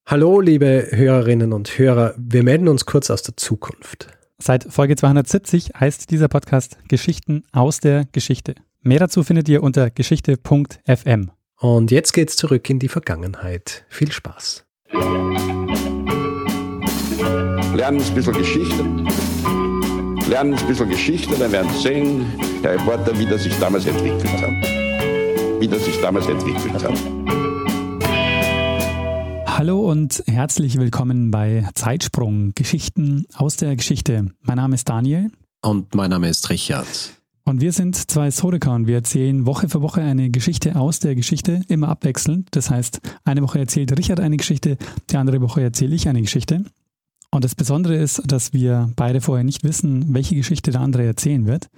Hallo, liebe Hörerinnen und Hörer, wir melden uns kurz aus der Zukunft. Seit Folge 270 heißt dieser Podcast Geschichten aus der Geschichte. Mehr dazu findet ihr unter geschichte.fm. Und jetzt geht's zurück in die Vergangenheit. Viel Spaß. Lernen ein bisschen Geschichte. Lernen ein bisschen Geschichte, dann werden Sie sehen, der Reporter, wie das sich damals entwickelt hat. Hallo und herzlich willkommen bei Zeitsprung, Geschichten aus der Geschichte. Mein Name ist Daniel. Und mein Name ist Richard. Und wir sind zwei Historiker und wir erzählen Woche für Woche eine Geschichte aus der Geschichte, immer abwechselnd. Das heißt, eine Woche erzählt Richard eine Geschichte, die andere Woche erzähle ich eine Geschichte. Und das Besondere ist, dass wir beide vorher nicht wissen, welche Geschichte der andere erzählen wird.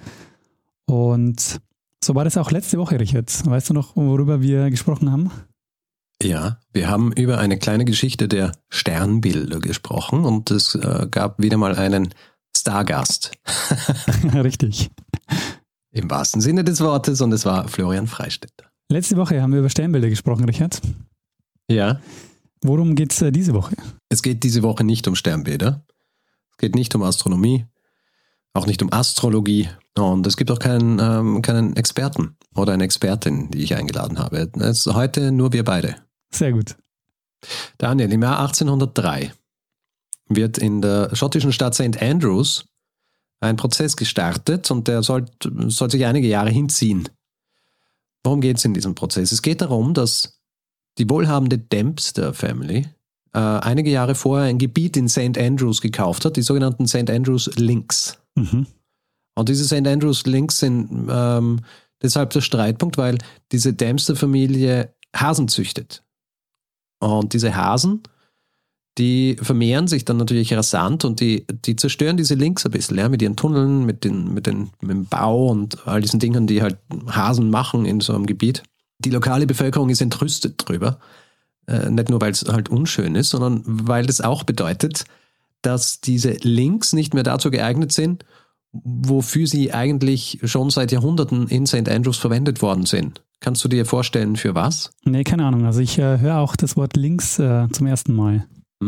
Und so war das auch letzte Woche, Richard. Weißt du noch, worüber wir gesprochen haben? Ja, wir haben über eine kleine Geschichte der Sternbilder gesprochen und es gab wieder mal einen Stargast. Richtig. Im wahrsten Sinne des Wortes, und es war Florian Freistetter. Letzte Woche haben wir über Sternbilder gesprochen, Richard. Ja. Worum geht es diese Woche? Es geht diese Woche nicht um Sternbilder. Es geht nicht um Astronomie, auch nicht um Astrologie. Und es gibt auch keinen Experten oder eine Expertin, die ich eingeladen habe. Es ist heute nur wir beide. Sehr gut. Daniel, im Jahr 1803 wird in der schottischen Stadt St. Andrews ein Prozess gestartet und der soll sich einige Jahre hinziehen. Worum geht es in diesem Prozess? Es geht darum, dass die wohlhabende Dempster Family einige Jahre vorher ein Gebiet in St. Andrews gekauft hat, die sogenannten St. Andrews Links. Mhm. Und diese St. Andrews Links sind deshalb der Streitpunkt, weil diese Dempster-Familie Hasen züchtet. Und diese Hasen, die vermehren sich dann natürlich rasant und die zerstören diese Links ein bisschen, ja, mit ihren Tunneln, mit dem Bau und all diesen Dingen, die halt Hasen machen in so einem Gebiet. Die lokale Bevölkerung ist entrüstet drüber. Nicht nur, weil es halt unschön ist, sondern weil es auch bedeutet, dass diese Links nicht mehr dazu geeignet sind, wofür sie eigentlich schon seit Jahrhunderten in St. Andrews verwendet worden sind. Kannst du dir vorstellen, für was? Nee, keine Ahnung. Also ich höre auch das Wort Links zum ersten Mal.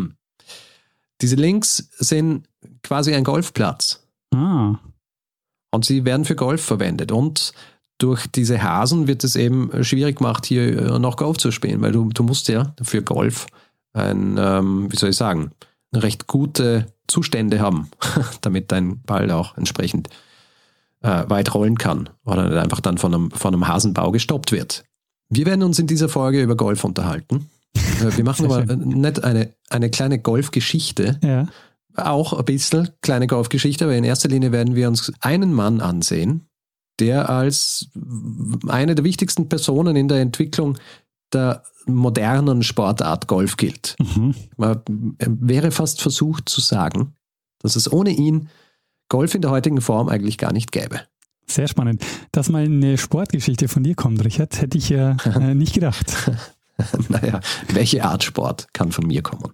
Diese Links sind quasi ein Golfplatz. Ah. Und sie werden für Golf verwendet. Und durch diese Hasen wird es eben schwierig gemacht, hier noch Golf zu spielen, weil du musst ja für Golf recht gute Zustände haben, damit dein Ball auch entsprechend weit rollen kann oder nicht einfach dann von einem Hasenbau gestoppt wird. Wir werden uns in dieser Folge über Golf unterhalten. Wir machen aber nicht eine kleine Golfgeschichte, Ja. auch ein bisschen kleine Golfgeschichte, aber in erster Linie werden wir uns einen Mann ansehen, der als eine der wichtigsten Personen in der Entwicklung der modernen Sportart Golf gilt. Mhm. Man wäre fast versucht zu sagen, dass es ohne ihn Golf in der heutigen Form eigentlich gar nicht gäbe. Sehr spannend. Dass mal eine Sportgeschichte von dir kommt, Richard, hätte ich ja nicht gedacht. Naja, welche Art Sport kann von mir kommen?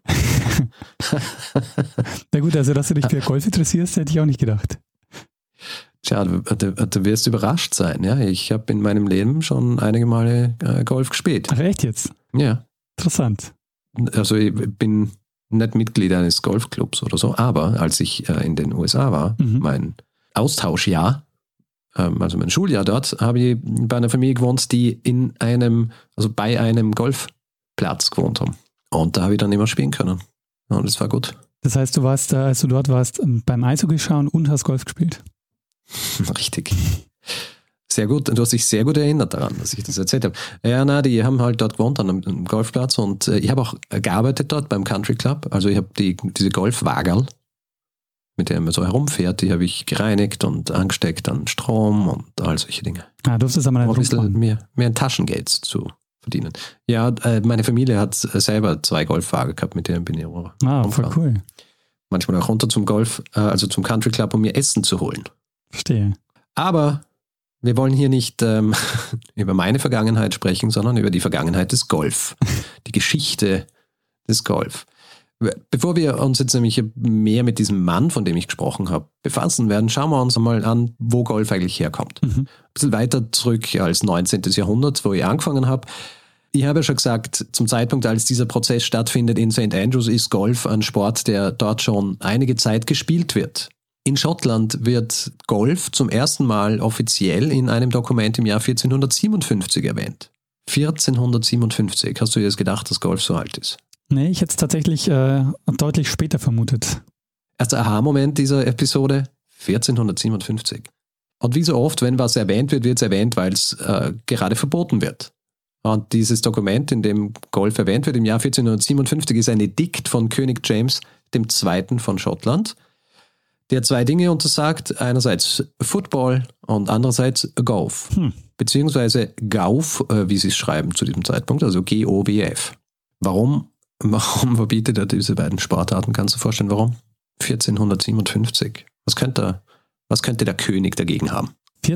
Na gut, also dass du dich für Golf interessierst, hätte ich auch nicht gedacht. Tja, du wirst überrascht sein. Ja? Ich habe in meinem Leben schon einige Male Golf gespielt. Ach echt jetzt? Ja. Interessant. Also ich bin nicht Mitglied eines Golfclubs oder so, aber als ich in den USA war, mein Austauschjahr, also mein Schuljahr dort, habe ich bei einer Familie gewohnt, die bei einem Golfplatz gewohnt haben. Und da habe ich dann immer spielen können. Und es war gut. Das heißt, du warst, als du dort warst, beim Eishockey schauen und hast Golf gespielt? Richtig. Sehr gut. Du hast dich sehr gut erinnert daran, dass ich das erzählt habe. Ja, die haben halt dort gewohnt an einem Golfplatz und ich habe auch gearbeitet dort beim Country Club. Also ich habe diese Golfwagerl, mit der man so herumfährt, die habe ich gereinigt und angesteckt an Strom und all solche Dinge. Ah, durftest du aber nicht ein bisschen rumfahren. mehr Taschengeld zu verdienen. Ja, meine Familie hat selber 2 Golfwagen gehabt, mit denen bin ich auch rumfahren. Voll cool. Manchmal auch runter zum Golf, also zum Country Club, um mir Essen zu holen. Verstehe. Aber wir wollen hier nicht über meine Vergangenheit sprechen, sondern über die Vergangenheit des Golf. Die Geschichte des Golf. Bevor wir uns jetzt nämlich mehr mit diesem Mann, von dem ich gesprochen habe, befassen werden, schauen wir uns einmal an, wo Golf eigentlich herkommt. Ein bisschen weiter zurück als 19. Jahrhundert, wo ich angefangen habe, Ich habe ja schon gesagt, zum Zeitpunkt, als dieser Prozess stattfindet in St. Andrews, ist Golf ein Sport, der dort schon einige Zeit gespielt wird. In Schottland wird Golf zum ersten Mal offiziell in einem Dokument im Jahr 1457 erwähnt. 1457. Hast du dir jetzt gedacht, dass Golf so alt ist? Nee, ich hätte es tatsächlich deutlich später vermutet. Erster Aha-Moment dieser Episode, 1457. Und wie so oft, wenn was erwähnt wird, wird es erwähnt, weil es gerade verboten wird. Und dieses Dokument, in dem Golf erwähnt wird, im Jahr 1457, ist ein Edikt von König James II. Von Schottland, der zwei Dinge untersagt, einerseits Football und andererseits Golf, beziehungsweise Gauf, wie sie es schreiben zu diesem Zeitpunkt, also G-O-W-F. Warum verbietet er diese beiden Sportarten? Kannst du dir vorstellen, warum? 1457. Was könnte der König dagegen haben?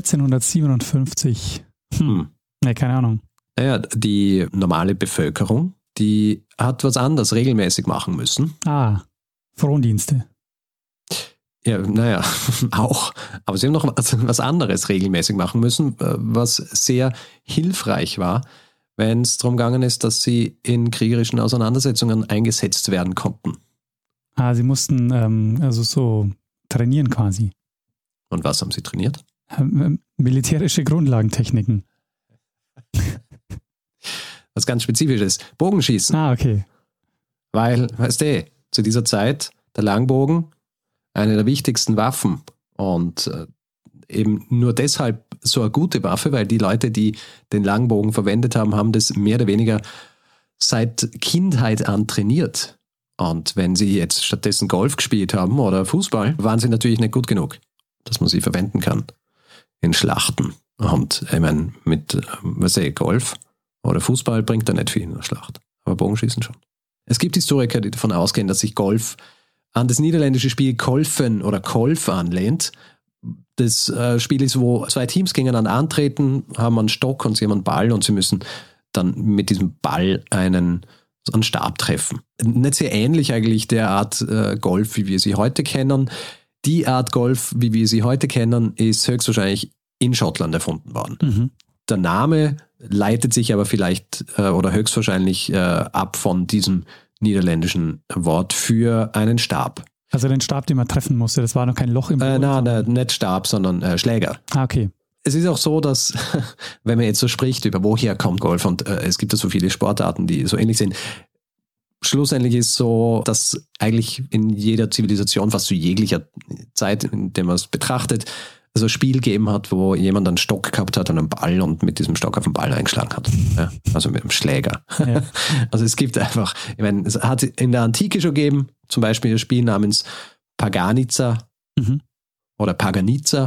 1457. Nee, keine Ahnung. Naja, die normale Bevölkerung, die hat was anderes regelmäßig machen müssen. Frondienste. Ja, naja, auch. Aber sie haben noch was anderes regelmäßig machen müssen, was sehr hilfreich war, wenn es darum gegangen ist, dass sie in kriegerischen Auseinandersetzungen eingesetzt werden konnten. Sie mussten also so trainieren quasi. Und was haben sie trainiert? Militärische Grundlagentechniken. Was ganz Spezifisches. Bogenschießen. Okay. Weil, weißt du, zu dieser Zeit der Langbogen eine der wichtigsten Waffen und eben nur deshalb so eine gute Waffe, weil die Leute, die den Langbogen verwendet haben, haben das mehr oder weniger seit Kindheit an trainiert. Und wenn sie jetzt stattdessen Golf gespielt haben oder Fußball, waren sie natürlich nicht gut genug, dass man sie verwenden kann in Schlachten. Und ich meine, mit Golf oder Fußball bringt da nicht viel in der Schlacht, aber Bogenschießen schon. Es gibt Historiker, die davon ausgehen, dass sich Golf an das niederländische Spiel Kolfen oder Kolf anlehnt. Das Spiel ist, wo zwei Teams gegeneinander antreten, haben einen Stock und sie haben einen Ball und sie müssen dann mit diesem Ball einen Stab treffen. Nicht sehr ähnlich eigentlich der Art Golf, wie wir sie heute kennen. Die Art Golf, wie wir sie heute kennen, ist höchstwahrscheinlich in Schottland erfunden worden. Der Name leitet sich aber vielleicht oder höchstwahrscheinlich ab von diesem niederländischen Wort für einen Stab. Also den Stab, den man treffen musste, das war noch kein Loch im Boden? Nein, nicht Stab, sondern Schläger. Okay. Es ist auch so, dass, wenn man jetzt so spricht, über woher kommt Golf und es gibt ja so viele Sportarten, die so ähnlich sind, schlussendlich ist so, dass eigentlich in jeder Zivilisation, fast zu jeglicher Zeit, in der man es betrachtet, also ein Spiel gegeben hat, wo jemand einen Stock gehabt hat und einen Ball und mit diesem Stock auf den Ball eingeschlagen hat. Ja, also mit einem Schläger. Ja. Also es gibt einfach, ich meine, es hat in der Antike schon gegeben, zum Beispiel ein Spiel namens Paganiza oder Paganiza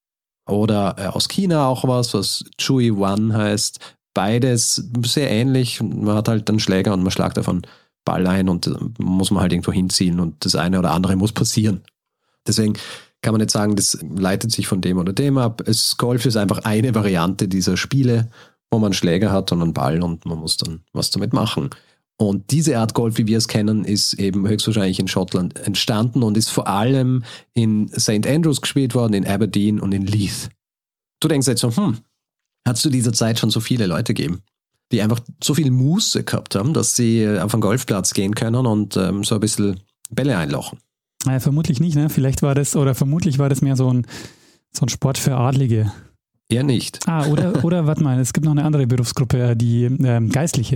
oder aus China auch was Chui Wan heißt. Beides sehr ähnlich. Man hat halt einen Schläger und man schlagt auf einen Ball ein und muss man halt irgendwo hinziehen und das eine oder andere muss passieren. Deswegen kann man nicht sagen, das leitet sich von dem oder dem ab. Golf ist einfach eine Variante dieser Spiele, wo man einen Schläger hat und einen Ball und man muss dann was damit machen. Und diese Art Golf, wie wir es kennen, ist eben höchstwahrscheinlich in Schottland entstanden und ist vor allem in St. Andrews gespielt worden, in Aberdeen und in Leith. Du denkst jetzt so, hat es zu dieser Zeit schon so viele Leute gegeben, die einfach so viel Muße gehabt haben, dass sie auf einen Golfplatz gehen können und so ein bisschen Bälle einlochen? Naja, vermutlich nicht, ne? Vermutlich war das mehr so ein Sport für Adlige. Eher nicht. Oder warte mal, es gibt noch eine andere Berufsgruppe, die Geistliche.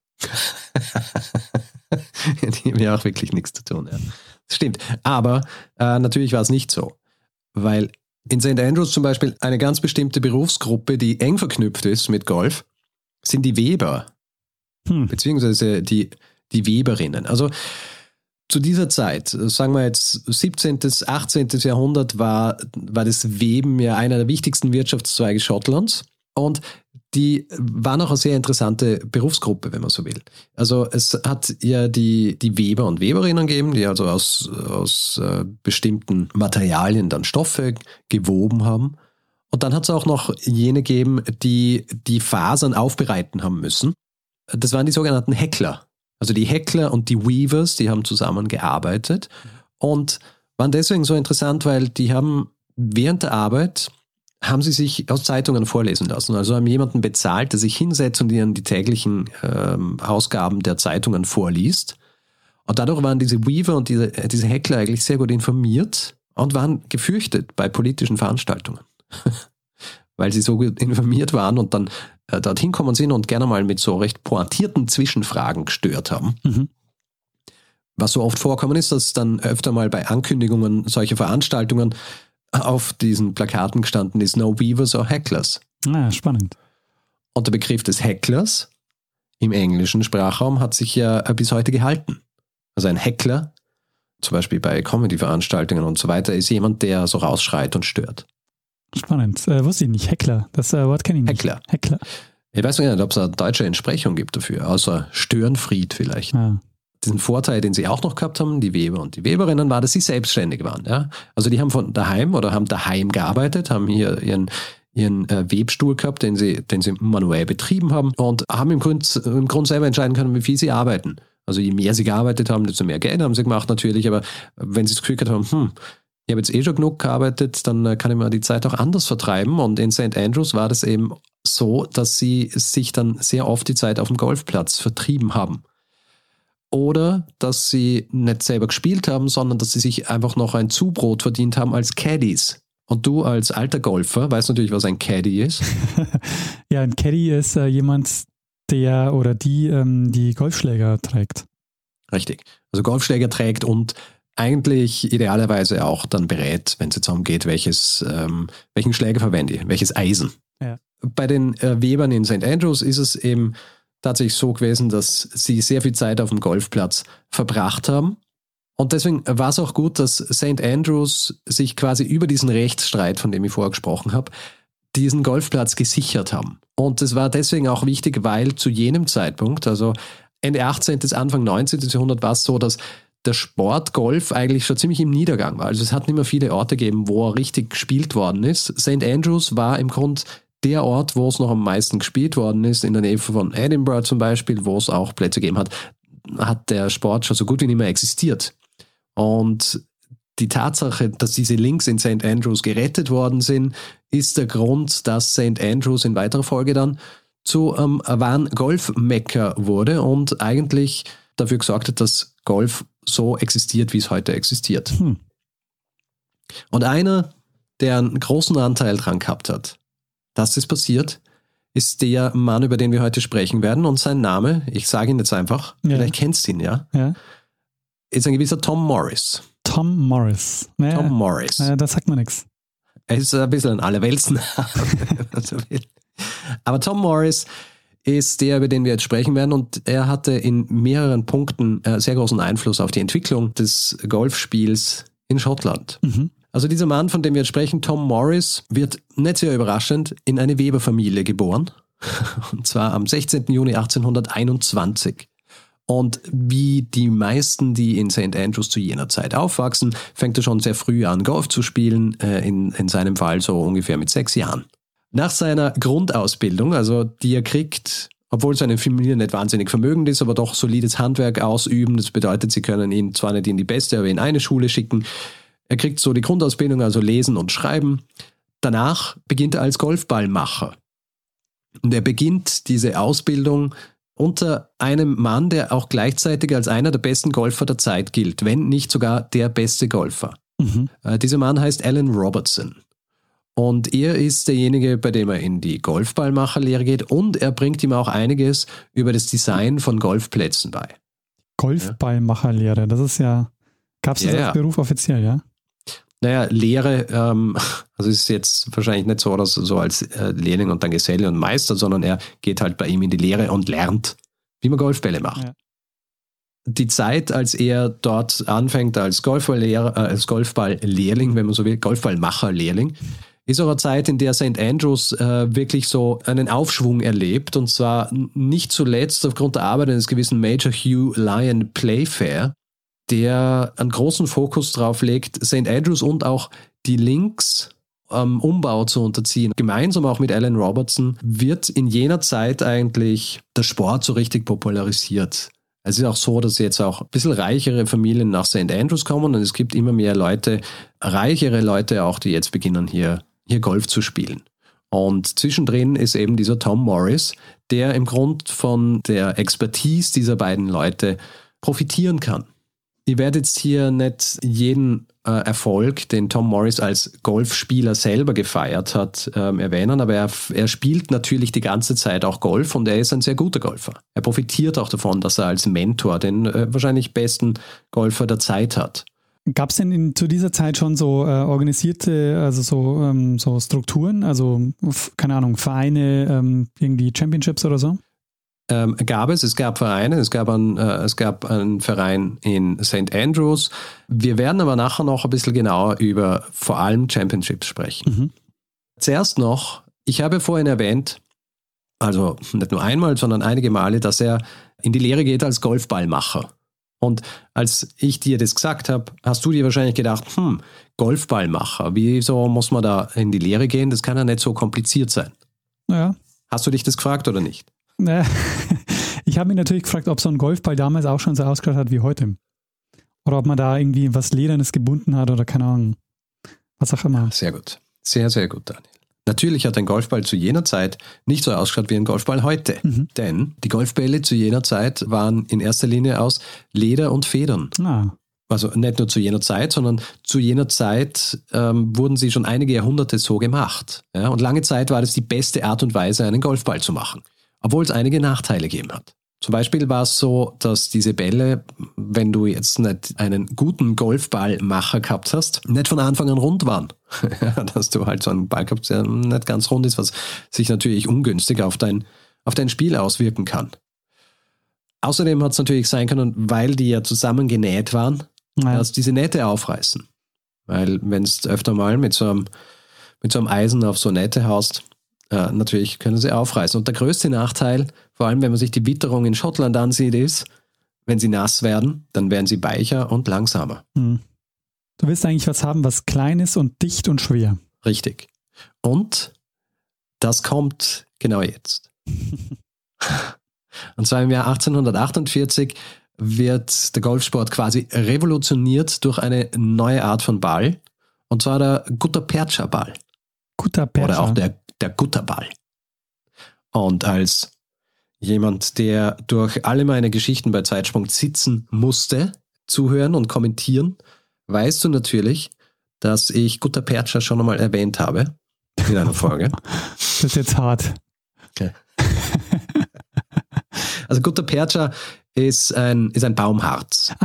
Die haben ja auch wirklich nichts zu tun. Ja. Das stimmt. Aber natürlich war es nicht so. Weil in St. Andrews zum Beispiel eine ganz bestimmte Berufsgruppe, die eng verknüpft ist mit Golf, sind die Weber. Beziehungsweise die Weberinnen. Also zu dieser Zeit, sagen wir jetzt 17., 18. Jahrhundert, war das Weben ja einer der wichtigsten Wirtschaftszweige Schottlands. Und die waren auch eine sehr interessante Berufsgruppe, wenn man so will. Also es hat ja die Weber und Weberinnen gegeben, die also aus bestimmten Materialien dann Stoffe gewoben haben. Und dann hat es auch noch jene gegeben, die Fasern aufbereiten haben müssen. Das waren die sogenannten Häkler. Also die Häkler und die Weavers, die haben zusammengearbeitet und waren deswegen so interessant, weil die haben während der Arbeit haben sie sich aus Zeitungen vorlesen lassen. Also haben jemanden bezahlt, der sich hinsetzt und ihnen die täglichen Ausgaben der Zeitungen vorliest. Und dadurch waren diese Weaver und diese Heckler eigentlich sehr gut informiert und waren gefürchtet bei politischen Veranstaltungen. Weil sie so gut informiert waren und dann dorthin kommen sind und gerne mal mit so recht pointierten Zwischenfragen gestört haben. Mhm. Was so oft vorkommen ist, dass dann öfter mal bei Ankündigungen solcher Veranstaltungen auf diesen Plakaten gestanden ist, no Weavers or Hecklers. Ah, spannend. Und der Begriff des Hecklers im englischen Sprachraum hat sich ja bis heute gehalten. Also ein Heckler, zum Beispiel bei Comedy-Veranstaltungen und so weiter, ist jemand, der so rausschreit und stört. Spannend. Wusste ich nicht. Heckler. Das Wort kenne ich nicht. Heckler. Ich weiß nicht, ob es eine deutsche Entsprechung gibt dafür, außer Störenfried vielleicht. Ja. Diesen Vorteil, den sie auch noch gehabt haben, die Weber und die Weberinnen, war, dass sie selbstständig waren. Ja? Also die haben von daheim oder haben daheim gearbeitet, haben hier ihren Webstuhl gehabt, den sie manuell betrieben haben und haben im Grund selber entscheiden können, wie viel sie arbeiten. Also je mehr sie gearbeitet haben, desto mehr Geld haben sie gemacht natürlich, aber wenn sie das Gefühl gehabt haben, ich habe jetzt schon genug gearbeitet, dann kann ich mir die Zeit auch anders vertreiben. Und in St. Andrews war das eben so, dass sie sich dann sehr oft die Zeit auf dem Golfplatz vertrieben haben. Oder dass sie nicht selber gespielt haben, sondern dass sie sich einfach noch ein Zubrot verdient haben als Caddies. Und du als alter Golfer weißt natürlich, was ein Caddy ist. Ja, ein Caddy ist jemand, der oder die Golfschläger trägt. Richtig. Also Golfschläger trägt und eigentlich idealerweise auch dann berät, wenn es jetzt darum geht, welchen Schläger verwende ich, welches Eisen. Ja. Bei den Webern in St. Andrews ist es eben tatsächlich so gewesen, dass sie sehr viel Zeit auf dem Golfplatz verbracht haben. Und deswegen war es auch gut, dass St. Andrews sich quasi über diesen Rechtsstreit, von dem ich vorher gesprochen habe, diesen Golfplatz gesichert haben. Und das war deswegen auch wichtig, weil zu jenem Zeitpunkt, also Ende 18. bis Anfang 19. Jahrhundert, war es so, dass der Sport Golf eigentlich schon ziemlich im Niedergang war. Also es hat nicht mehr viele Orte gegeben, wo er richtig gespielt worden ist. St. Andrews war im Grunde der Ort, wo es noch am meisten gespielt worden ist, in der Nähe von Edinburgh zum Beispiel, wo es auch Plätze gegeben hat, hat der Sport schon so gut wie nicht mehr existiert. Und die Tatsache, dass diese Links in St. Andrews gerettet worden sind, ist der Grund, dass St. Andrews in weiterer Folge dann zu wahren Golfmekka wurde und eigentlich dafür gesorgt hat, dass Golf so existiert, wie es heute existiert. Und einer, der einen großen Anteil dran gehabt hat, dass das passiert, ist der Mann, über den wir heute sprechen werden. Und sein Name, ich sage ihn jetzt einfach, vielleicht kennst du ihn, ja? Ist ein gewisser Tom Morris. Tom Morris. Ja, Tom Morris. Das sagt mir nichts. Er ist ein bisschen ein Allerweltsname, wenn man so will. Aber Tom Morris ist der, über den wir jetzt sprechen werden, und er hatte in mehreren Punkten sehr großen Einfluss auf die Entwicklung des Golfspiels in Schottland. Mhm. Also dieser Mann, von dem wir jetzt sprechen, Tom Morris, wird nicht sehr überraschend in eine Weberfamilie geboren, und zwar am 16. Juni 1821. Und wie die meisten, die in St. Andrews zu jener Zeit aufwachsen, fängt er schon sehr früh an, Golf zu spielen, in seinem Fall so ungefähr mit 6 Jahren. Nach seiner Grundausbildung, also die er kriegt, obwohl seine Familie nicht wahnsinnig vermögend ist, aber doch solides Handwerk ausüben, das bedeutet, sie können ihn zwar nicht in die beste, aber in eine Schule schicken. Er kriegt so die Grundausbildung, also Lesen und Schreiben. Danach beginnt er als Golfballmacher. Und er beginnt diese Ausbildung unter einem Mann, der auch gleichzeitig als einer der besten Golfer der Zeit gilt, wenn nicht sogar der beste Golfer. Mhm. Dieser Mann heißt Alan Robertson. Und er ist derjenige, bei dem er in die Golfballmacherlehre geht, und er bringt ihm auch einiges über das Design von Golfplätzen bei. Golfballmacherlehre, das ist ja, gab es das als Beruf offiziell, ja? Naja, Lehre, also es ist jetzt wahrscheinlich nicht so, dass so als Lehrling und dann Geselle und Meister, sondern er geht halt bei ihm in die Lehre und lernt, wie man Golfbälle macht. Ja. Die Zeit, als er dort anfängt als Golfballlehrling, wenn man so will, Golfballmacherlehrling, ist auch eine Zeit, in der St. Andrews wirklich so einen Aufschwung erlebt, und zwar nicht zuletzt aufgrund der Arbeit eines gewissen Major Hugh Lyon Playfair, der einen großen Fokus drauf legt, St. Andrews und auch die Links Umbau zu unterziehen. Gemeinsam auch mit Alan Robertson wird in jener Zeit eigentlich der Sport so richtig popularisiert. Es ist auch so, dass jetzt auch ein bisschen reichere Familien nach St. Andrews kommen, und es gibt immer mehr Leute, reichere Leute auch, die jetzt beginnen hier hier Golf zu spielen. Und zwischendrin ist eben dieser Tom Morris, der im Grund von der Expertise dieser beiden Leute profitieren kann. Ich werde jetzt hier nicht jeden Erfolg, den Tom Morris als Golfspieler selber gefeiert hat, erwähnen, aber er spielt natürlich die ganze Zeit auch Golf und er ist ein sehr guter Golfer. Er profitiert auch davon, dass er als Mentor den wahrscheinlich besten Golfer der Zeit hat. Gab es denn zu dieser Zeit schon so organisierte, also so Strukturen, also keine Ahnung, Vereine, irgendwie Championships oder so? Es gab Vereine, es gab einen Verein in St. Andrews. Wir werden aber nachher noch ein bisschen genauer über vor allem Championships sprechen. Mhm. Zuerst noch, ich habe vorhin erwähnt, also nicht nur einmal, sondern einige Male, dass er in die Lehre geht als Golfballmacher. Und als ich dir das gesagt habe, hast du dir wahrscheinlich gedacht, Golfballmacher, wieso muss man da in die Lehre gehen? Das kann ja nicht so kompliziert sein. Ja. Hast du dich das gefragt oder nicht? Ich habe mich natürlich gefragt, ob so ein Golfball damals auch schon so ausgeschaut hat wie heute. Oder ob man da irgendwie was Ledernes gebunden hat oder keine Ahnung. Was auch immer. Sehr gut. Sehr, sehr gut, Daniel. Natürlich hat ein Golfball zu jener Zeit nicht so ausgeschaut wie ein Golfball heute. Mhm. Denn die Golfbälle zu jener Zeit waren in erster Linie aus Leder und Federn. Ah. Also nicht nur zu jener Zeit, sondern zu jener Zeit wurden sie schon einige Jahrhunderte so gemacht. Ja? Und lange Zeit war das die beste Art und Weise, einen Golfball zu machen. Obwohl es einige Nachteile gegeben hat. Zum Beispiel war es so, dass diese Bälle, wenn du jetzt nicht einen guten Golfballmacher gehabt hast, nicht von Anfang an rund waren. Dass du halt so einen Ball gehabt hast, der nicht ganz rund ist, was sich natürlich ungünstig auf dein Spiel auswirken kann. Außerdem hat es natürlich sein können, weil die ja zusammengenäht waren, dass diese Nähte aufreißen. Weil wenn es öfter mal mit so einem Eisen auf so Nähte haust, natürlich können sie aufreißen. Und der größte Nachteil, vor allem wenn man sich die Witterung in Schottland ansieht, ist, wenn sie nass werden, dann werden sie weicher und langsamer. Du willst eigentlich was haben, was klein ist und dicht und schwer. Richtig. Und das kommt genau jetzt. Und zwar im Jahr 1848 wird der Golfsport quasi revolutioniert durch eine neue Art von Ball. Und zwar der Gutta-Percha-Ball. Gutta-Percha. Oder auch der Gutterball. Und als jemand, der durch alle meine Geschichten bei Zeitsprung sitzen musste, zuhören und kommentieren, weißt du natürlich, dass ich Gutta-Percha schon einmal erwähnt habe in einer Folge. Das ist jetzt hart. Okay. Also Gutta-Percha ist ein Baumharz.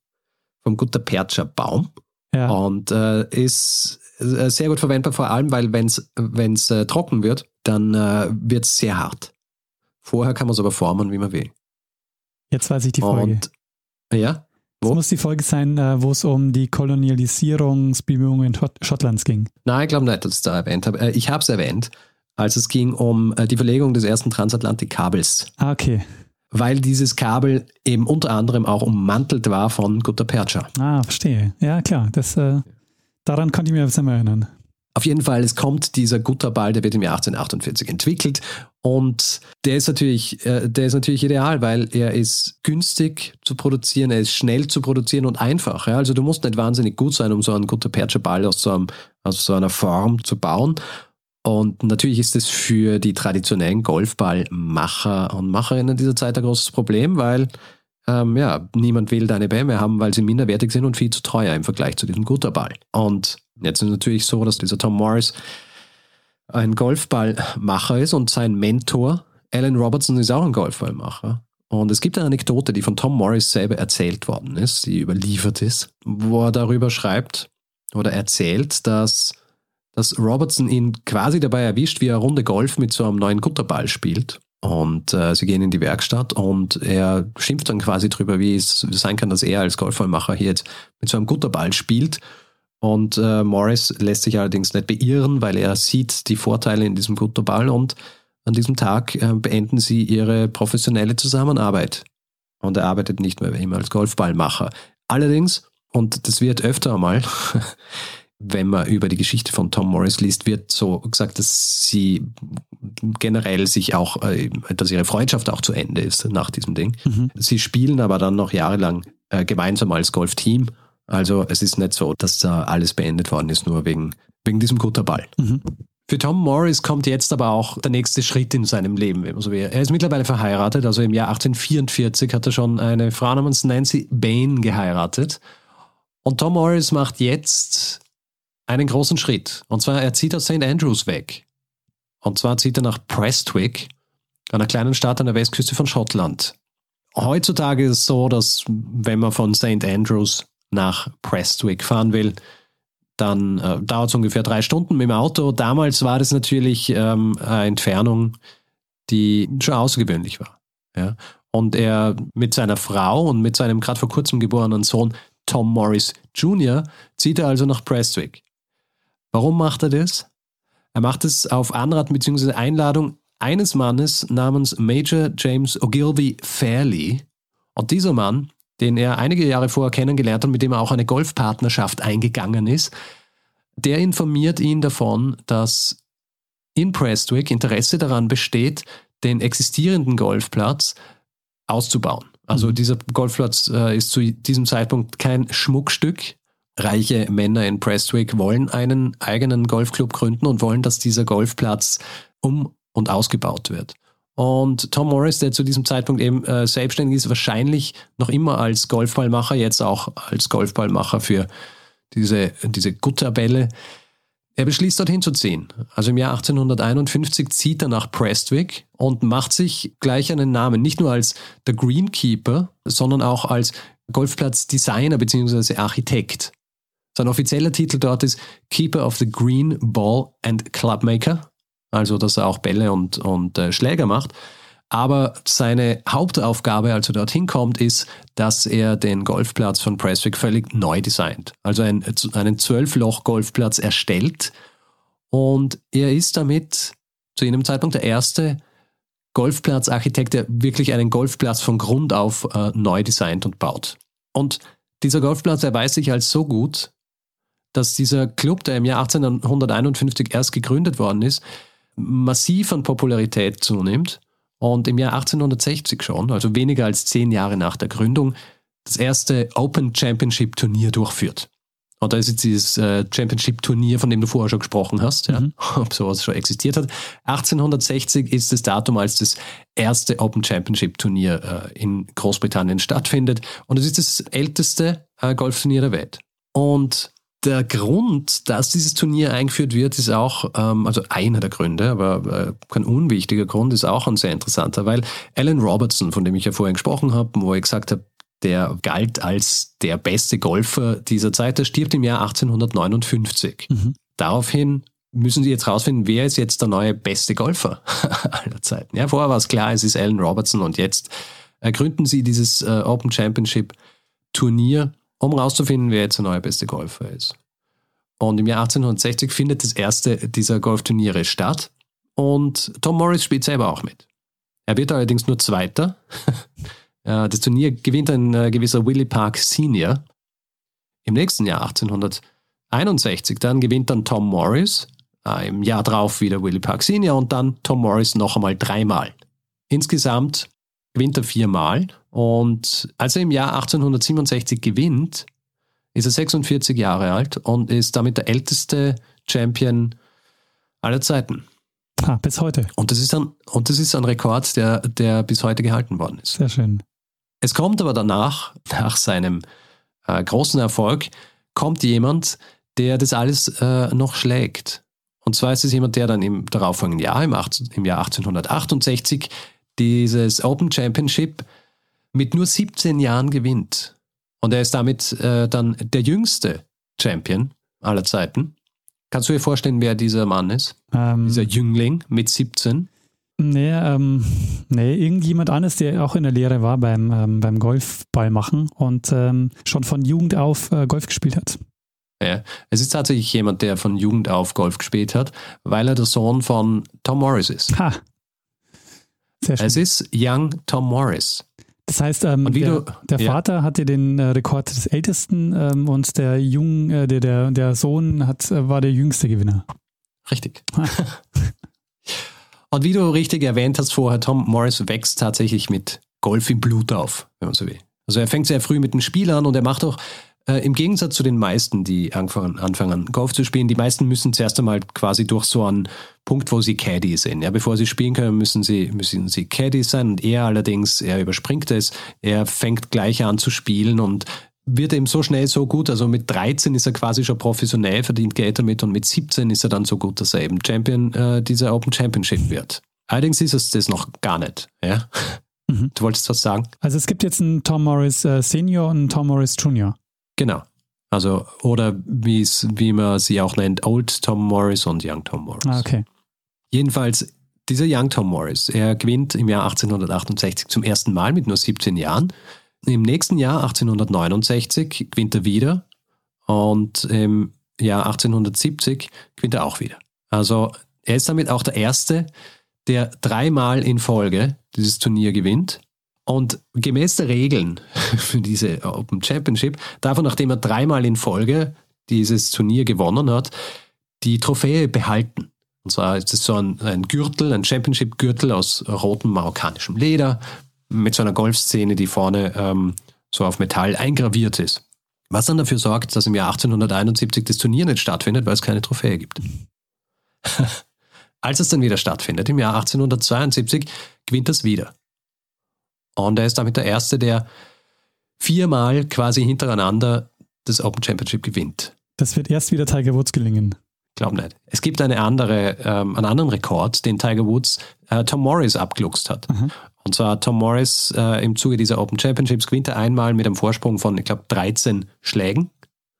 Vom Gutta-Percha-Baum. Ja. Und ist sehr gut verwendbar, vor allem, weil wenn es trocken wird, dann wird es sehr hart. Vorher kann man es aber formen, wie man will. Jetzt weiß ich die Folge. Und, ja? Wo? Das muss die Folge sein, wo es um die Kolonialisierungsbemühungen Schottlands ging. Nein, ich glaube nicht, dass ich es da erwähnt habe. Ich habe es erwähnt, als es ging um die Verlegung des ersten Transatlantik-Kabels. Okay. Weil dieses Kabel eben unter anderem auch ummantelt war von Gutta-Percha. Verstehe. Ja, klar. Daran konnte ich mir jetzt einmal erinnern. Auf jeden Fall, es kommt dieser Gutterball, der wird im Jahr 1848 entwickelt und der ist natürlich ideal, weil er ist günstig zu produzieren, er ist schnell zu produzieren und einfach. Ja? Also du musst nicht wahnsinnig gut sein, um so einen Gutta-Percha-Ball aus so einer Form zu bauen. Und natürlich ist es für die traditionellen Golfballmacher und Macherinnen dieser Zeit ein großes Problem, weil niemand will deine Bälle mehr haben, weil sie minderwertig sind und viel zu teuer im Vergleich zu diesem Gutterball. Und jetzt ist es natürlich so, dass dieser Tom Morris ein Golfballmacher ist und sein Mentor Alan Robertson ist auch ein Golfballmacher. Und es gibt eine Anekdote, die von Tom Morris selber erzählt worden ist, die überliefert ist, wo er darüber schreibt oder erzählt, dass Robertson ihn quasi dabei erwischt, wie er eine Runde Golf mit so einem neuen Gutterball spielt. Und sie gehen in die Werkstatt und er schimpft dann quasi drüber, wie es sein kann, dass er als Golfballmacher hier jetzt mit so einem Gutterball spielt. Und Morris lässt sich allerdings nicht beirren, weil er sieht die Vorteile in diesem Gutterball und an diesem Tag beenden sie ihre professionelle Zusammenarbeit. Und er arbeitet nicht mehr immer als Golfballmacher. Allerdings, und das wird öfter einmal, wenn man über die Geschichte von Tom Morris liest, wird so gesagt, dass sie generell sich auch, dass ihre Freundschaft auch zu Ende ist nach diesem Ding. Mhm. Sie spielen aber dann noch jahrelang gemeinsam als Golfteam. Also es ist nicht so, dass da alles beendet worden ist, nur wegen wegen diesem Gutterball. Für Tom Morris kommt jetzt aber auch der nächste Schritt in seinem Leben, wenn man so will. Er ist mittlerweile verheiratet, also im Jahr 1844 hat er schon eine Frau namens Nancy Bain geheiratet. Und Tom Morris macht jetzt einen großen Schritt. Und zwar, er zieht aus St. Andrews weg. Und zwar zieht er nach Prestwick, einer kleinen Stadt an der Westküste von Schottland. Heutzutage ist es so, dass wenn man von St. Andrews nach Prestwick fahren will, dann dauert es ungefähr 3 Stunden mit dem Auto. Damals war das natürlich eine Entfernung, die schon außergewöhnlich war. Ja? Und er mit seiner Frau und mit seinem gerade vor kurzem geborenen Sohn Tom Morris Jr. zieht er also nach Prestwick. Warum macht er das? Er macht es auf Anraten bzw. Einladung eines Mannes namens Major James Ogilvy Fairley. Und dieser Mann, den er einige Jahre vorher kennengelernt hat, mit dem er auch eine Golfpartnerschaft eingegangen ist, der informiert ihn davon, dass in Prestwick Interesse daran besteht, den existierenden Golfplatz auszubauen. Also dieser Golfplatz ist zu diesem Zeitpunkt kein Schmuckstück. Reiche Männer in Prestwick wollen einen eigenen Golfclub gründen und wollen, dass dieser Golfplatz um- und ausgebaut wird. Und Tom Morris, der zu diesem Zeitpunkt eben selbstständig ist, wahrscheinlich noch immer als Golfballmacher, jetzt auch als Golfballmacher für diese Gutterbälle, er beschließt, dorthin zu ziehen. Also im Jahr 1851 zieht er nach Prestwick und macht sich gleich einen Namen, nicht nur als der Greenkeeper, sondern auch als Golfplatzdesigner bzw. Architekt. Sein offizieller Titel dort ist Keeper of the Green Ball and Clubmaker, also dass er auch Bälle und Schläger macht. Aber seine Hauptaufgabe, als er dorthin kommt, ist, dass er den Golfplatz von Prestwick völlig neu designt. Also einen 12-Loch-Golfplatz erstellt. Und er ist damit zu jenem Zeitpunkt der erste Golfplatzarchitekt, der wirklich einen Golfplatz von Grund auf neu designt und baut. Und dieser Golfplatz erweist sich als so gut, dass dieser Club, der im Jahr 1851 erst gegründet worden ist, massiv an Popularität zunimmt und im Jahr 1860 schon, also weniger als 10 Jahre nach der Gründung, das erste Open Championship Turnier durchführt. Und da ist jetzt dieses Championship Turnier, von dem du vorher schon gesprochen hast, ja, ob sowas schon existiert hat. 1860 ist das Datum, als das erste Open Championship Turnier in Großbritannien stattfindet. Und es ist das älteste Golfturnier der Welt. Und der Grund, dass dieses Turnier eingeführt wird, ist auch, also einer der Gründe, aber kein unwichtiger Grund, ist auch ein sehr interessanter, weil Alan Robertson, von dem ich ja vorhin gesprochen habe, wo ich gesagt habe, der galt als der beste Golfer dieser Zeit, der stirbt im Jahr 1859. Daraufhin müssen sie jetzt rausfinden, wer ist jetzt der neue beste Golfer aller Zeiten. Ja, vorher war es klar, es ist Alan Robertson und jetzt gründen sie dieses Open Championship Turnier, um rauszufinden, wer jetzt der neue beste Golfer ist. Und im Jahr 1860 findet das erste dieser Golfturniere statt und Tom Morris spielt selber auch mit. Er wird allerdings nur Zweiter. Das Turnier gewinnt ein gewisser Willie Park Senior. Im nächsten Jahr, 1861, dann gewinnt dann Tom Morris, im Jahr drauf wieder Willie Park Senior und dann Tom Morris noch einmal 3-mal. Insgesamt gewinnt er 4-mal und als er im Jahr 1867 gewinnt, ist er 46 Jahre alt und ist damit der älteste Champion aller Zeiten. Bis heute. Und das ist ein Rekord, der bis heute gehalten worden ist. Sehr schön. Es kommt aber danach, nach seinem großen Erfolg, kommt jemand, der das alles noch schlägt. Und zwar ist es jemand, der dann im darauffolgenden Jahr, im Jahr 1868, dieses Open Championship mit nur 17 Jahren gewinnt. Und er ist damit dann der jüngste Champion aller Zeiten. Kannst du dir vorstellen, wer dieser Mann ist? Dieser Jüngling mit 17? Nee, irgendjemand anderes, der auch in der Lehre war beim Golfball machen und schon von Jugend auf Golf gespielt hat. Ja, es ist tatsächlich jemand, der von Jugend auf Golf gespielt hat, weil er der Sohn von Tom Morris ist. Ha! Sehr schön. Es ist Young Tom Morris. Das heißt, der Vater hatte den Rekord des Ältesten und der der Sohn war der jüngste Gewinner. Richtig. Und wie du richtig erwähnt hast vorher, Tom Morris wächst tatsächlich mit Golf im Blut auf, wenn man so will. Also er fängt sehr früh mit dem Spiel an und er macht auch Im Gegensatz zu den meisten, die anfangen Golf zu spielen, die meisten müssen zuerst einmal quasi durch so einen Punkt, wo sie Caddy sind. Ja, bevor sie spielen können, müssen sie Caddy sein, und er allerdings, er überspringt es, er fängt gleich an zu spielen und wird eben so schnell so gut, also mit 13 ist er quasi schon professionell, verdient Geld damit, und mit 17 ist er dann so gut, dass er eben Champion dieser Open Championship wird. Allerdings ist es das noch gar nicht. Ja? Mhm. Du wolltest was sagen? Also es gibt jetzt einen Tom Morris Senior und einen Tom Morris Junior. Genau. Also, oder wie man sie auch nennt, Old Tom Morris und Young Tom Morris. Ah, okay. Jedenfalls, dieser Young Tom Morris, er gewinnt im Jahr 1868 zum ersten Mal mit nur 17 Jahren. Im nächsten Jahr, 1869, gewinnt er wieder, und im Jahr 1870 gewinnt er auch wieder. Also er ist damit auch der Erste, der 3-mal in Folge dieses Turnier gewinnt. Und gemäß der Regeln für diese Open Championship darf er, nachdem er 3-mal in Folge dieses Turnier gewonnen hat, die Trophäe behalten. Und zwar ist es so ein Gürtel, ein Championship-Gürtel aus rotem marokkanischem Leder mit so einer Golfszene, die vorne so auf Metall eingraviert ist. Was dann dafür sorgt, dass im Jahr 1871 das Turnier nicht stattfindet, weil es keine Trophäe gibt. Als es dann wieder stattfindet, im Jahr 1872, gewinnt es wieder. Und er ist damit der Erste, der 4-mal quasi hintereinander das Open Championship gewinnt. Das wird erst wieder Tiger Woods gelingen. Ich glaube nicht. Es gibt einen anderen Rekord, den Tiger Woods Tom Morris abgeluchst hat. Mhm. Und zwar Tom Morris im Zuge dieser Open Championships gewinnt er einmal mit einem Vorsprung von, ich glaube, 13 Schlägen.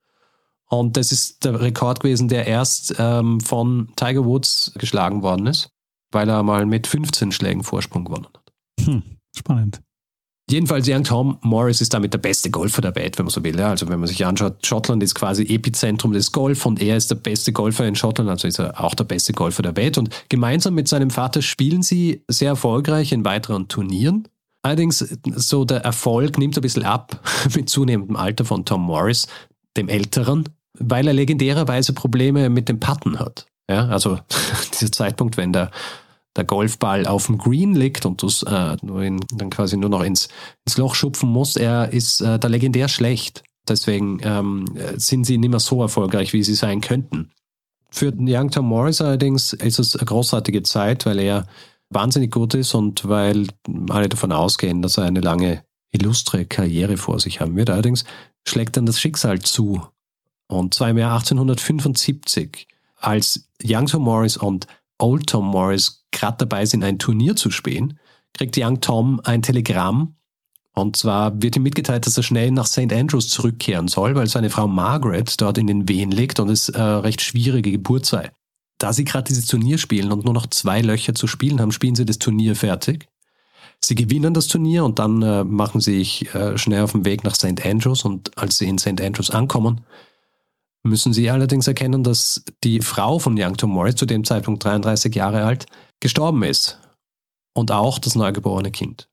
Und das ist der Rekord gewesen, der erst von Tiger Woods geschlagen worden ist, weil er mal mit 15 Schlägen Vorsprung gewonnen hat. Spannend. Jedenfalls, Young Tom Morris ist damit der beste Golfer der Welt, wenn man so will. Ja, also wenn man sich anschaut, Schottland ist quasi Epizentrum des Golf, und er ist der beste Golfer in Schottland, also ist er auch der beste Golfer der Welt. Und gemeinsam mit seinem Vater spielen sie sehr erfolgreich in weiteren Turnieren. Allerdings, so der Erfolg nimmt ein bisschen ab mit zunehmendem Alter von Tom Morris, dem Älteren, weil er legendärerweise Probleme mit dem Putten hat. Ja, also dieser Zeitpunkt, wenn der Golfball auf dem Green liegt und du dann quasi nur noch ins Loch schupfen musst, er ist da legendär schlecht. Deswegen sind sie nicht mehr so erfolgreich, wie sie sein könnten. Für Young Tom Morris allerdings ist es eine großartige Zeit, weil er wahnsinnig gut ist und weil alle davon ausgehen, dass er eine lange, illustre Karriere vor sich haben wird. Allerdings schlägt dann das Schicksal zu. Und zwar im Jahr 1875, als Young Tom Morris und Old Tom Morris gerade dabei sind, ein Turnier zu spielen, kriegt Young Tom ein Telegramm, und zwar wird ihm mitgeteilt, dass er schnell nach St. Andrews zurückkehren soll, weil seine Frau Margaret dort in den Wehen liegt und es recht schwierige Geburt sei. Da sie gerade dieses Turnier spielen und nur noch 2 Löcher zu spielen haben, spielen sie das Turnier fertig. Sie gewinnen das Turnier und dann machen sie sich schnell auf den Weg nach St. Andrews, und als sie in St. Andrews ankommen, müssen sie allerdings erkennen, dass die Frau von Young Tom Morris, zu dem Zeitpunkt 33 Jahre alt, gestorben ist. Und auch das neugeborene Kind.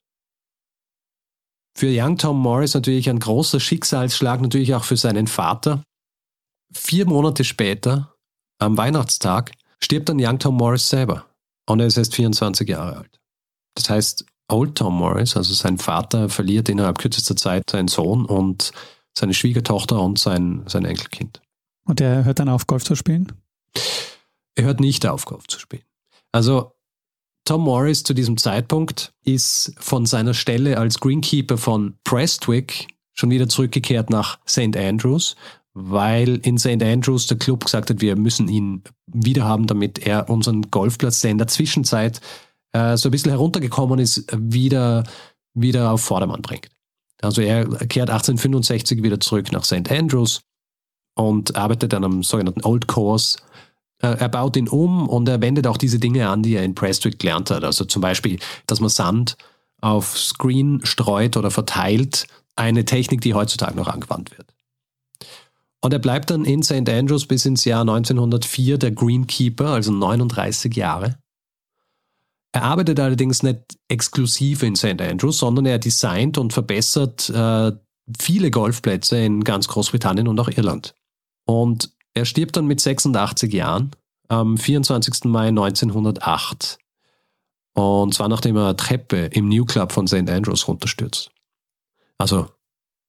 Für Young Tom Morris natürlich ein großer Schicksalsschlag, natürlich auch für seinen Vater. 4 Monate später, am Weihnachtstag, stirbt dann Young Tom Morris selber. Und er ist erst 24 Jahre alt. Das heißt, Old Tom Morris, also sein Vater, verliert innerhalb kürzester Zeit seinen Sohn und seine Schwiegertochter und sein Enkelkind. Und er hört dann auf, Golf zu spielen? Er hört nicht auf, Golf zu spielen. Also Tom Morris zu diesem Zeitpunkt ist von seiner Stelle als Greenkeeper von Prestwick schon wieder zurückgekehrt nach St. Andrews, weil in St. Andrews der Club gesagt hat, wir müssen ihn wieder haben, damit er unseren Golfplatz, der in der Zwischenzeit so ein bisschen heruntergekommen ist, wieder auf Vordermann bringt. Also er kehrt 1865 wieder zurück nach St. Andrews und arbeitet an einem sogenannten Old Course. Er baut ihn um und er wendet auch diese Dinge an, die er in Prestwick gelernt hat. Also zum Beispiel, dass man Sand aufs Green streut oder verteilt. Eine Technik, die heutzutage noch angewandt wird. Und er bleibt dann in St. Andrews bis ins Jahr 1904 der Greenkeeper, also 39 Jahre. Er arbeitet allerdings nicht exklusiv in St. Andrews, sondern er designt und verbessert viele Golfplätze in ganz Großbritannien und auch Irland. Und er stirbt dann mit 86 Jahren am 24. Mai 1908. Und zwar nachdem er eine Treppe im New Club von St. Andrews runterstürzt. Also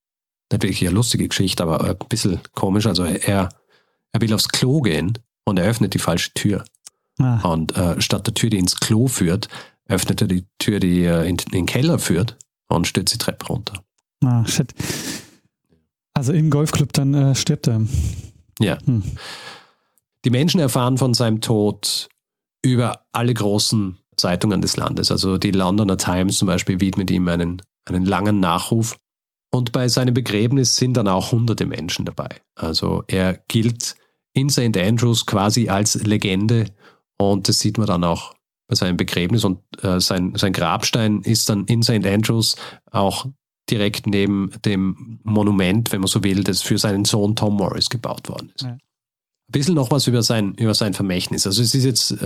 nicht wirklich eine lustige Geschichte, aber ein bisschen komisch. Also er will aufs Klo gehen und er öffnet die falsche Tür. Und statt der Tür, die ins Klo führt, öffnet er die Tür, die in den Keller führt und stürzt die Treppe runter. Shit. Also im Golfclub dann stirbt er. Ja. Die Menschen erfahren von seinem Tod über alle großen Zeitungen des Landes. Also die Londoner Times zum Beispiel widmet ihm einen langen Nachruf. Und bei seinem Begräbnis sind dann auch hunderte Menschen dabei. Also er gilt in St. Andrews quasi als Legende und das sieht man dann auch bei seinem Begräbnis. Und sein Grabstein ist dann in St. Andrews auch direkt neben dem Monument, wenn man so will, das für seinen Sohn Tom Morris gebaut worden ist. Ja. Ein bisschen noch was über sein Vermächtnis. Also es ist jetzt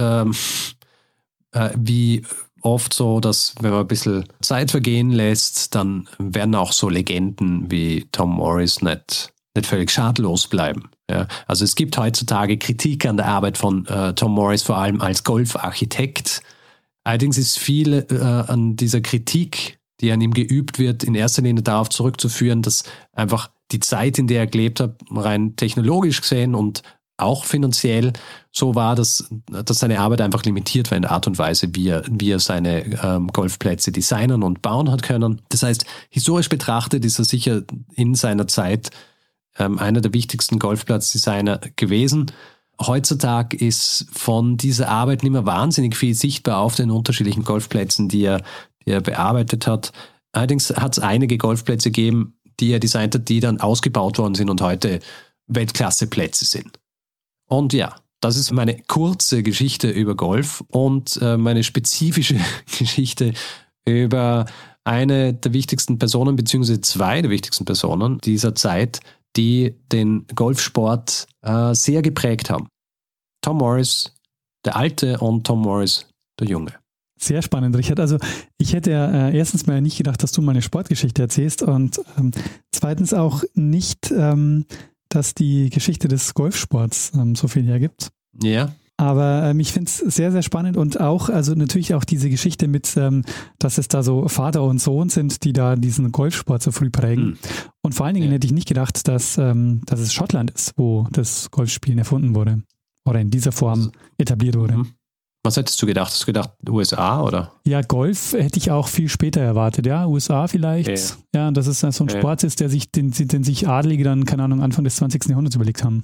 wie oft so, dass wenn man ein bisschen Zeit vergehen lässt, dann werden auch so Legenden wie Tom Morris nicht völlig schadlos bleiben. Ja? Also es gibt heutzutage Kritik an der Arbeit von Tom Morris, vor allem als Golfarchitekt. Allerdings ist viel an dieser Kritik, die an ihm geübt wird, in erster Linie darauf zurückzuführen, dass einfach die Zeit, in der er gelebt hat, rein technologisch gesehen und auch finanziell so war, dass seine Arbeit einfach limitiert war in der Art und Weise, wie er seine Golfplätze designen und bauen hat können. Das heißt, historisch betrachtet ist er sicher in seiner Zeit einer der wichtigsten Golfplatzdesigner gewesen. Heutzutage ist von dieser Arbeit nicht mehr wahnsinnig viel sichtbar auf den unterschiedlichen Golfplätzen, die er bearbeitet hat. Allerdings hat es einige Golfplätze gegeben, die er designt hat, die dann ausgebaut worden sind und heute Weltklasseplätze sind. Und ja, das ist meine kurze Geschichte über Golf und meine spezifische Geschichte über eine der wichtigsten Personen, beziehungsweise zwei der wichtigsten Personen dieser Zeit, die den Golfsport sehr geprägt haben. Tom Morris, der Alte, und Tom Morris, der Junge. Sehr spannend, Richard. Also ich hätte ja erstens mal nicht gedacht, dass du mal eine Sportgeschichte erzählst und zweitens auch nicht, dass die Geschichte des Golfsports so viel hergibt. Ja. Aber ich finde es sehr, sehr spannend und auch, also natürlich auch diese Geschichte mit, dass es da so Vater und Sohn sind, die da diesen Golfsport so früh prägen. Und vor allen Dingen hätte ich nicht gedacht, dass es Schottland ist, wo das Golfspielen erfunden wurde oder in dieser Form etabliert wurde. Was hättest du gedacht? Hast du gedacht USA oder? Ja, Golf hätte ich auch viel später erwartet. Ja, USA vielleicht. Ja, dass es so ein Sport ist, den sich Adlige dann, keine Ahnung, Anfang des 20. Jahrhunderts überlegt haben.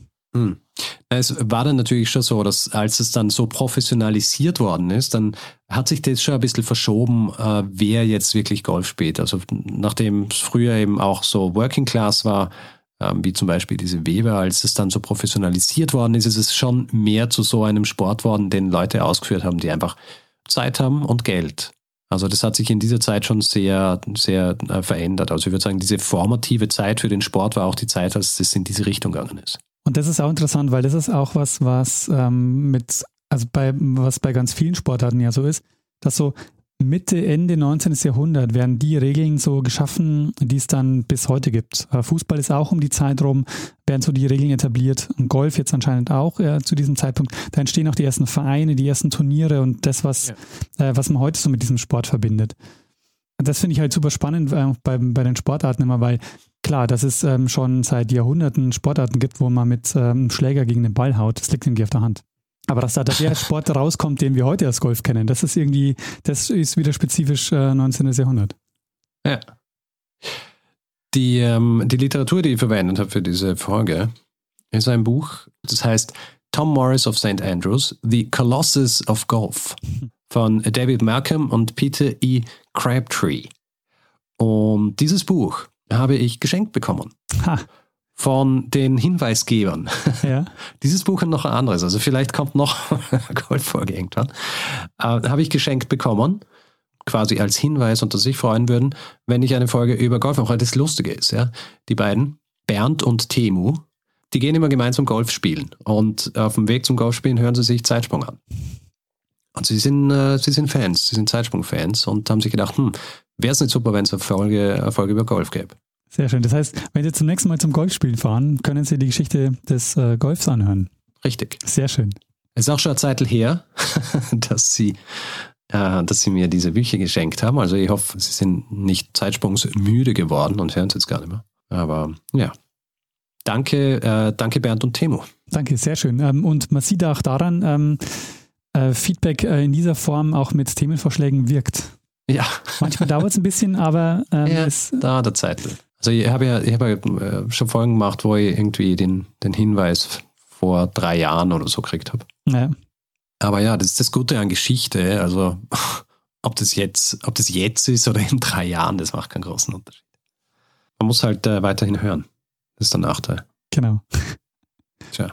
Es war dann natürlich schon so, dass als es dann so professionalisiert worden ist, dann hat sich das schon ein bisschen verschoben, wer jetzt wirklich Golf spielt. Also nachdem es früher eben auch so Working Class war, wie zum Beispiel diese Weber, als es dann so professionalisiert worden ist, ist es schon mehr zu so einem Sport worden, den Leute ausgeführt haben, die einfach Zeit haben und Geld. Also das hat sich in dieser Zeit schon sehr, sehr verändert. Also ich würde sagen, diese formative Zeit für den Sport war auch die Zeit, als es in diese Richtung gegangen ist. Und das ist auch interessant, weil das ist auch was bei ganz vielen Sportarten ja so ist, dass so Mitte, Ende 19. Jahrhundert werden die Regeln so geschaffen, die es dann bis heute gibt. Fußball ist auch um die Zeit rum, werden so die Regeln etabliert. Und Golf jetzt anscheinend auch zu diesem Zeitpunkt. Da entstehen auch die ersten Vereine, die ersten Turniere und das, was man heute so mit diesem Sport verbindet. Und das finde ich halt super spannend bei den Sportarten immer, weil klar, dass es schon seit Jahrhunderten Sportarten gibt, wo man mit Schläger gegen den Ball haut, das liegt irgendwie auf der Hand. Aber dass da der Sport rauskommt, den wir heute als Golf kennen, das ist wieder spezifisch 19. Jahrhundert. Ja. Die Literatur, die ich verwendet habe für diese Folge, ist ein Buch, das heißt Tom Morris of St. Andrews, The Colossus of Golf von David Malcolm und Peter E. Crabtree. Und dieses Buch habe ich geschenkt bekommen. Von den Hinweisgebern. Ja. Dieses Buch und noch ein anderes. Also vielleicht kommt noch eine Golffolge irgendwann. Habe ich geschenkt bekommen, quasi als Hinweis, und dass sich freuen würden, wenn ich eine Folge über Golf mache. Das Lustige ist, ja, die beiden, Bernd und Temu, die gehen immer gemeinsam Golf spielen. Und auf dem Weg zum Golfspielen hören sie sich Zeitsprung an. Und sie sind Fans, sie sind Zeitsprung-Fans und haben sich gedacht, wäre es nicht super, wenn es eine Folge über Golf gäbe. Sehr schön. Das heißt, wenn Sie zum nächsten Mal zum Golfspielen fahren, können Sie die Geschichte des Golfs anhören. Richtig. Sehr schön. Es ist auch schon eine Zeit her, dass Sie mir diese Bücher geschenkt haben. Also ich hoffe, Sie sind nicht zeitsprungsmüde geworden und hören es jetzt gar nicht mehr. Aber ja. Danke Bernd und Timo. Danke, sehr schön. Und man sieht auch daran, Feedback in dieser Form auch mit Themenvorschlägen wirkt. Ja. Manchmal dauert es ein bisschen, aber es dauert der Zeit. Also ich habe ja schon Folgen gemacht, wo ich irgendwie den Hinweis vor 3 Jahren oder so gekriegt habe. Ja. Aber ja, das ist das Gute an Geschichte. Also ob das jetzt ist oder in 3 Jahren, das macht keinen großen Unterschied. Man muss halt weiterhin hören. Das ist der Nachteil. Genau. Tja.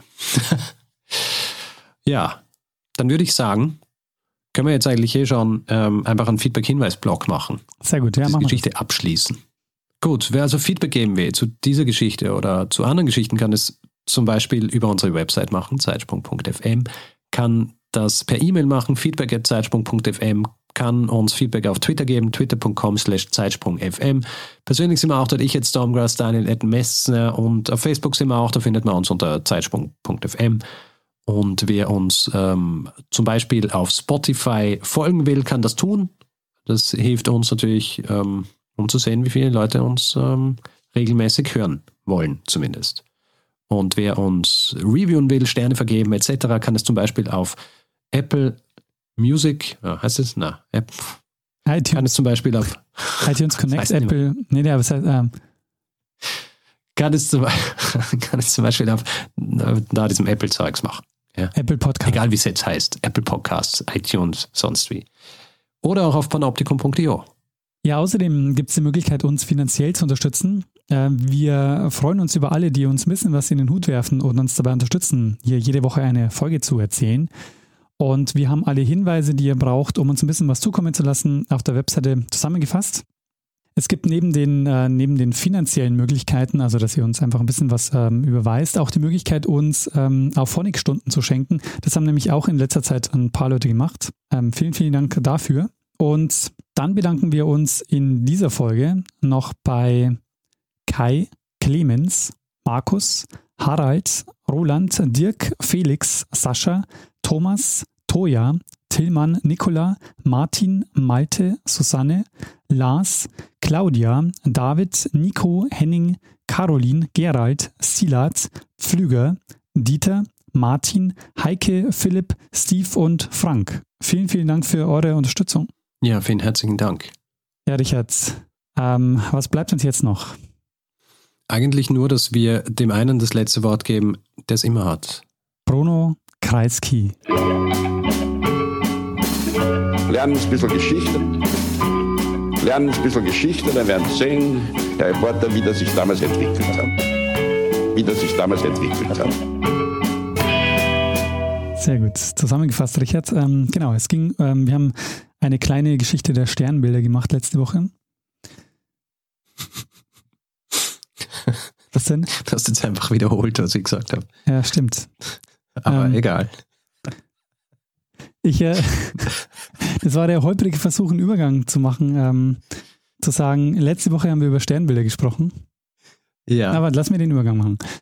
Ja, dann würde ich sagen, können wir jetzt eigentlich schon einfach einen Feedback-Hinweis-Blog machen. Sehr gut, ja, die machen wir. Geschichte abschließen. Gut, wer also Feedback geben will zu dieser Geschichte oder zu anderen Geschichten, kann es zum Beispiel über unsere Website machen, zeitsprung.fm, kann das per E-Mail machen, feedback@zeitsprung.fm, kann uns Feedback auf Twitter geben, twitter.com/zeitsprung.fm. Persönlich sind wir auch dort, ich jetzt Stormgrass, Daniel @Messner, und auf Facebook sind wir auch, da findet man uns unter zeitsprung.fm. Und wer uns zum Beispiel auf Spotify folgen will, kann das tun. Das hilft uns natürlich, um zu sehen, wie viele Leute uns regelmäßig hören wollen, zumindest. Und wer uns reviewen will, Sterne vergeben etc., kann es zum Beispiel auf Apple Music, heißt es? iTunes. Kann es zum Beispiel auf iTunes Connect, Apple, aber es heißt, kann es zum Beispiel auf diesem Apple-Zeugs machen. Ja. Apple Podcasts. Egal wie es jetzt heißt. Apple Podcasts, iTunes, sonst wie. Oder auch auf panoptikum.io. Ja, außerdem gibt es die Möglichkeit, uns finanziell zu unterstützen. Wir freuen uns über alle, die uns wissen, was sie in den Hut werfen und uns dabei unterstützen, hier jede Woche eine Folge zu erzählen. Und wir haben alle Hinweise, die ihr braucht, um uns ein bisschen was zukommen zu lassen, auf der Webseite zusammengefasst. Es gibt neben den finanziellen Möglichkeiten, also dass ihr uns einfach ein bisschen was überweist, auch die Möglichkeit, uns auch Phonic-Stunden zu schenken. Das haben nämlich auch in letzter Zeit ein paar Leute gemacht. Vielen, vielen Dank dafür. Und dann bedanken wir uns in dieser Folge noch bei Kai, Clemens, Markus, Harald, Roland, Dirk, Felix, Sascha, Thomas, Toja, Tillmann, Nicola, Martin, Malte, Susanne, Lars, Claudia, David, Nico, Henning, Caroline, Gerald, Silat, Pflüger, Dieter, Martin, Heike, Philipp, Steve und Frank. Vielen, vielen Dank für eure Unterstützung. Ja, vielen herzlichen Dank. Ja, Richard, was bleibt uns jetzt noch? Eigentlich nur, dass wir dem einen das letzte Wort geben, der es immer hat. Bruno Kreisky. Lernen ein bisschen Geschichte. Lernen ein bisschen Geschichte, dann werden Sie sehen, der Reporter, wie das sich damals entwickelt hat. Sehr gut. Zusammengefasst, Richard. Genau, es ging, wir haben eine kleine Geschichte der Sternbilder gemacht letzte Woche. Was denn? Du hast jetzt einfach wiederholt, was ich gesagt habe. Ja, stimmt. Aber egal. Das war der holprige Versuch, einen Übergang zu machen, zu sagen, letzte Woche haben wir über Sternbilder gesprochen. Ja. Aber lass mir den Übergang machen.